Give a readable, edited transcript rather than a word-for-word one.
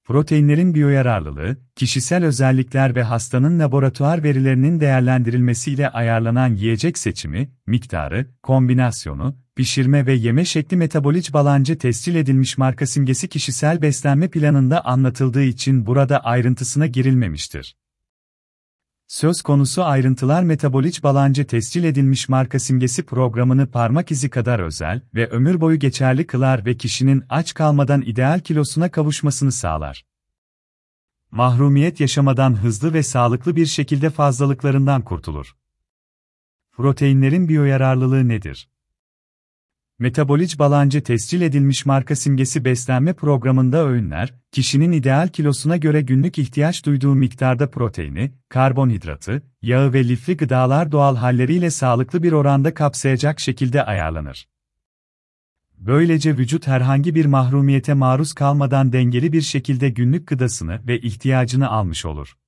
Proteinlerin biyoyararlılığı, kişisel özellikler ve hastanın laboratuvar verilerinin değerlendirilmesiyle ayarlanan yiyecek seçimi, miktarı, kombinasyonu, pişirme ve yeme şekli metabolik balancı tescil edilmiş marka simgesi kişisel beslenme planında anlatıldığı için burada ayrıntısına girilmemiştir. Söz konusu ayrıntılar metabolik balancı tescil edilmiş marka simgesi programını parmak izi kadar özel ve ömür boyu geçerli kılar ve kişinin aç kalmadan ideal kilosuna kavuşmasını sağlar. Mahrumiyet yaşamadan hızlı ve sağlıklı bir şekilde fazlalıklarından kurtulur. Proteinlerin biyoyararlılığı nedir? Metabolik balancı tescil edilmiş marka simgesi beslenme programında öğünler, kişinin ideal kilosuna göre günlük ihtiyaç duyduğu miktarda proteini, karbonhidratı, yağı ve lifli gıdalar doğal halleriyle sağlıklı bir oranda kapsayacak şekilde ayarlanır. Böylece vücut herhangi bir mahrumiyete maruz kalmadan dengeli bir şekilde günlük gıdasını ve ihtiyacını almış olur.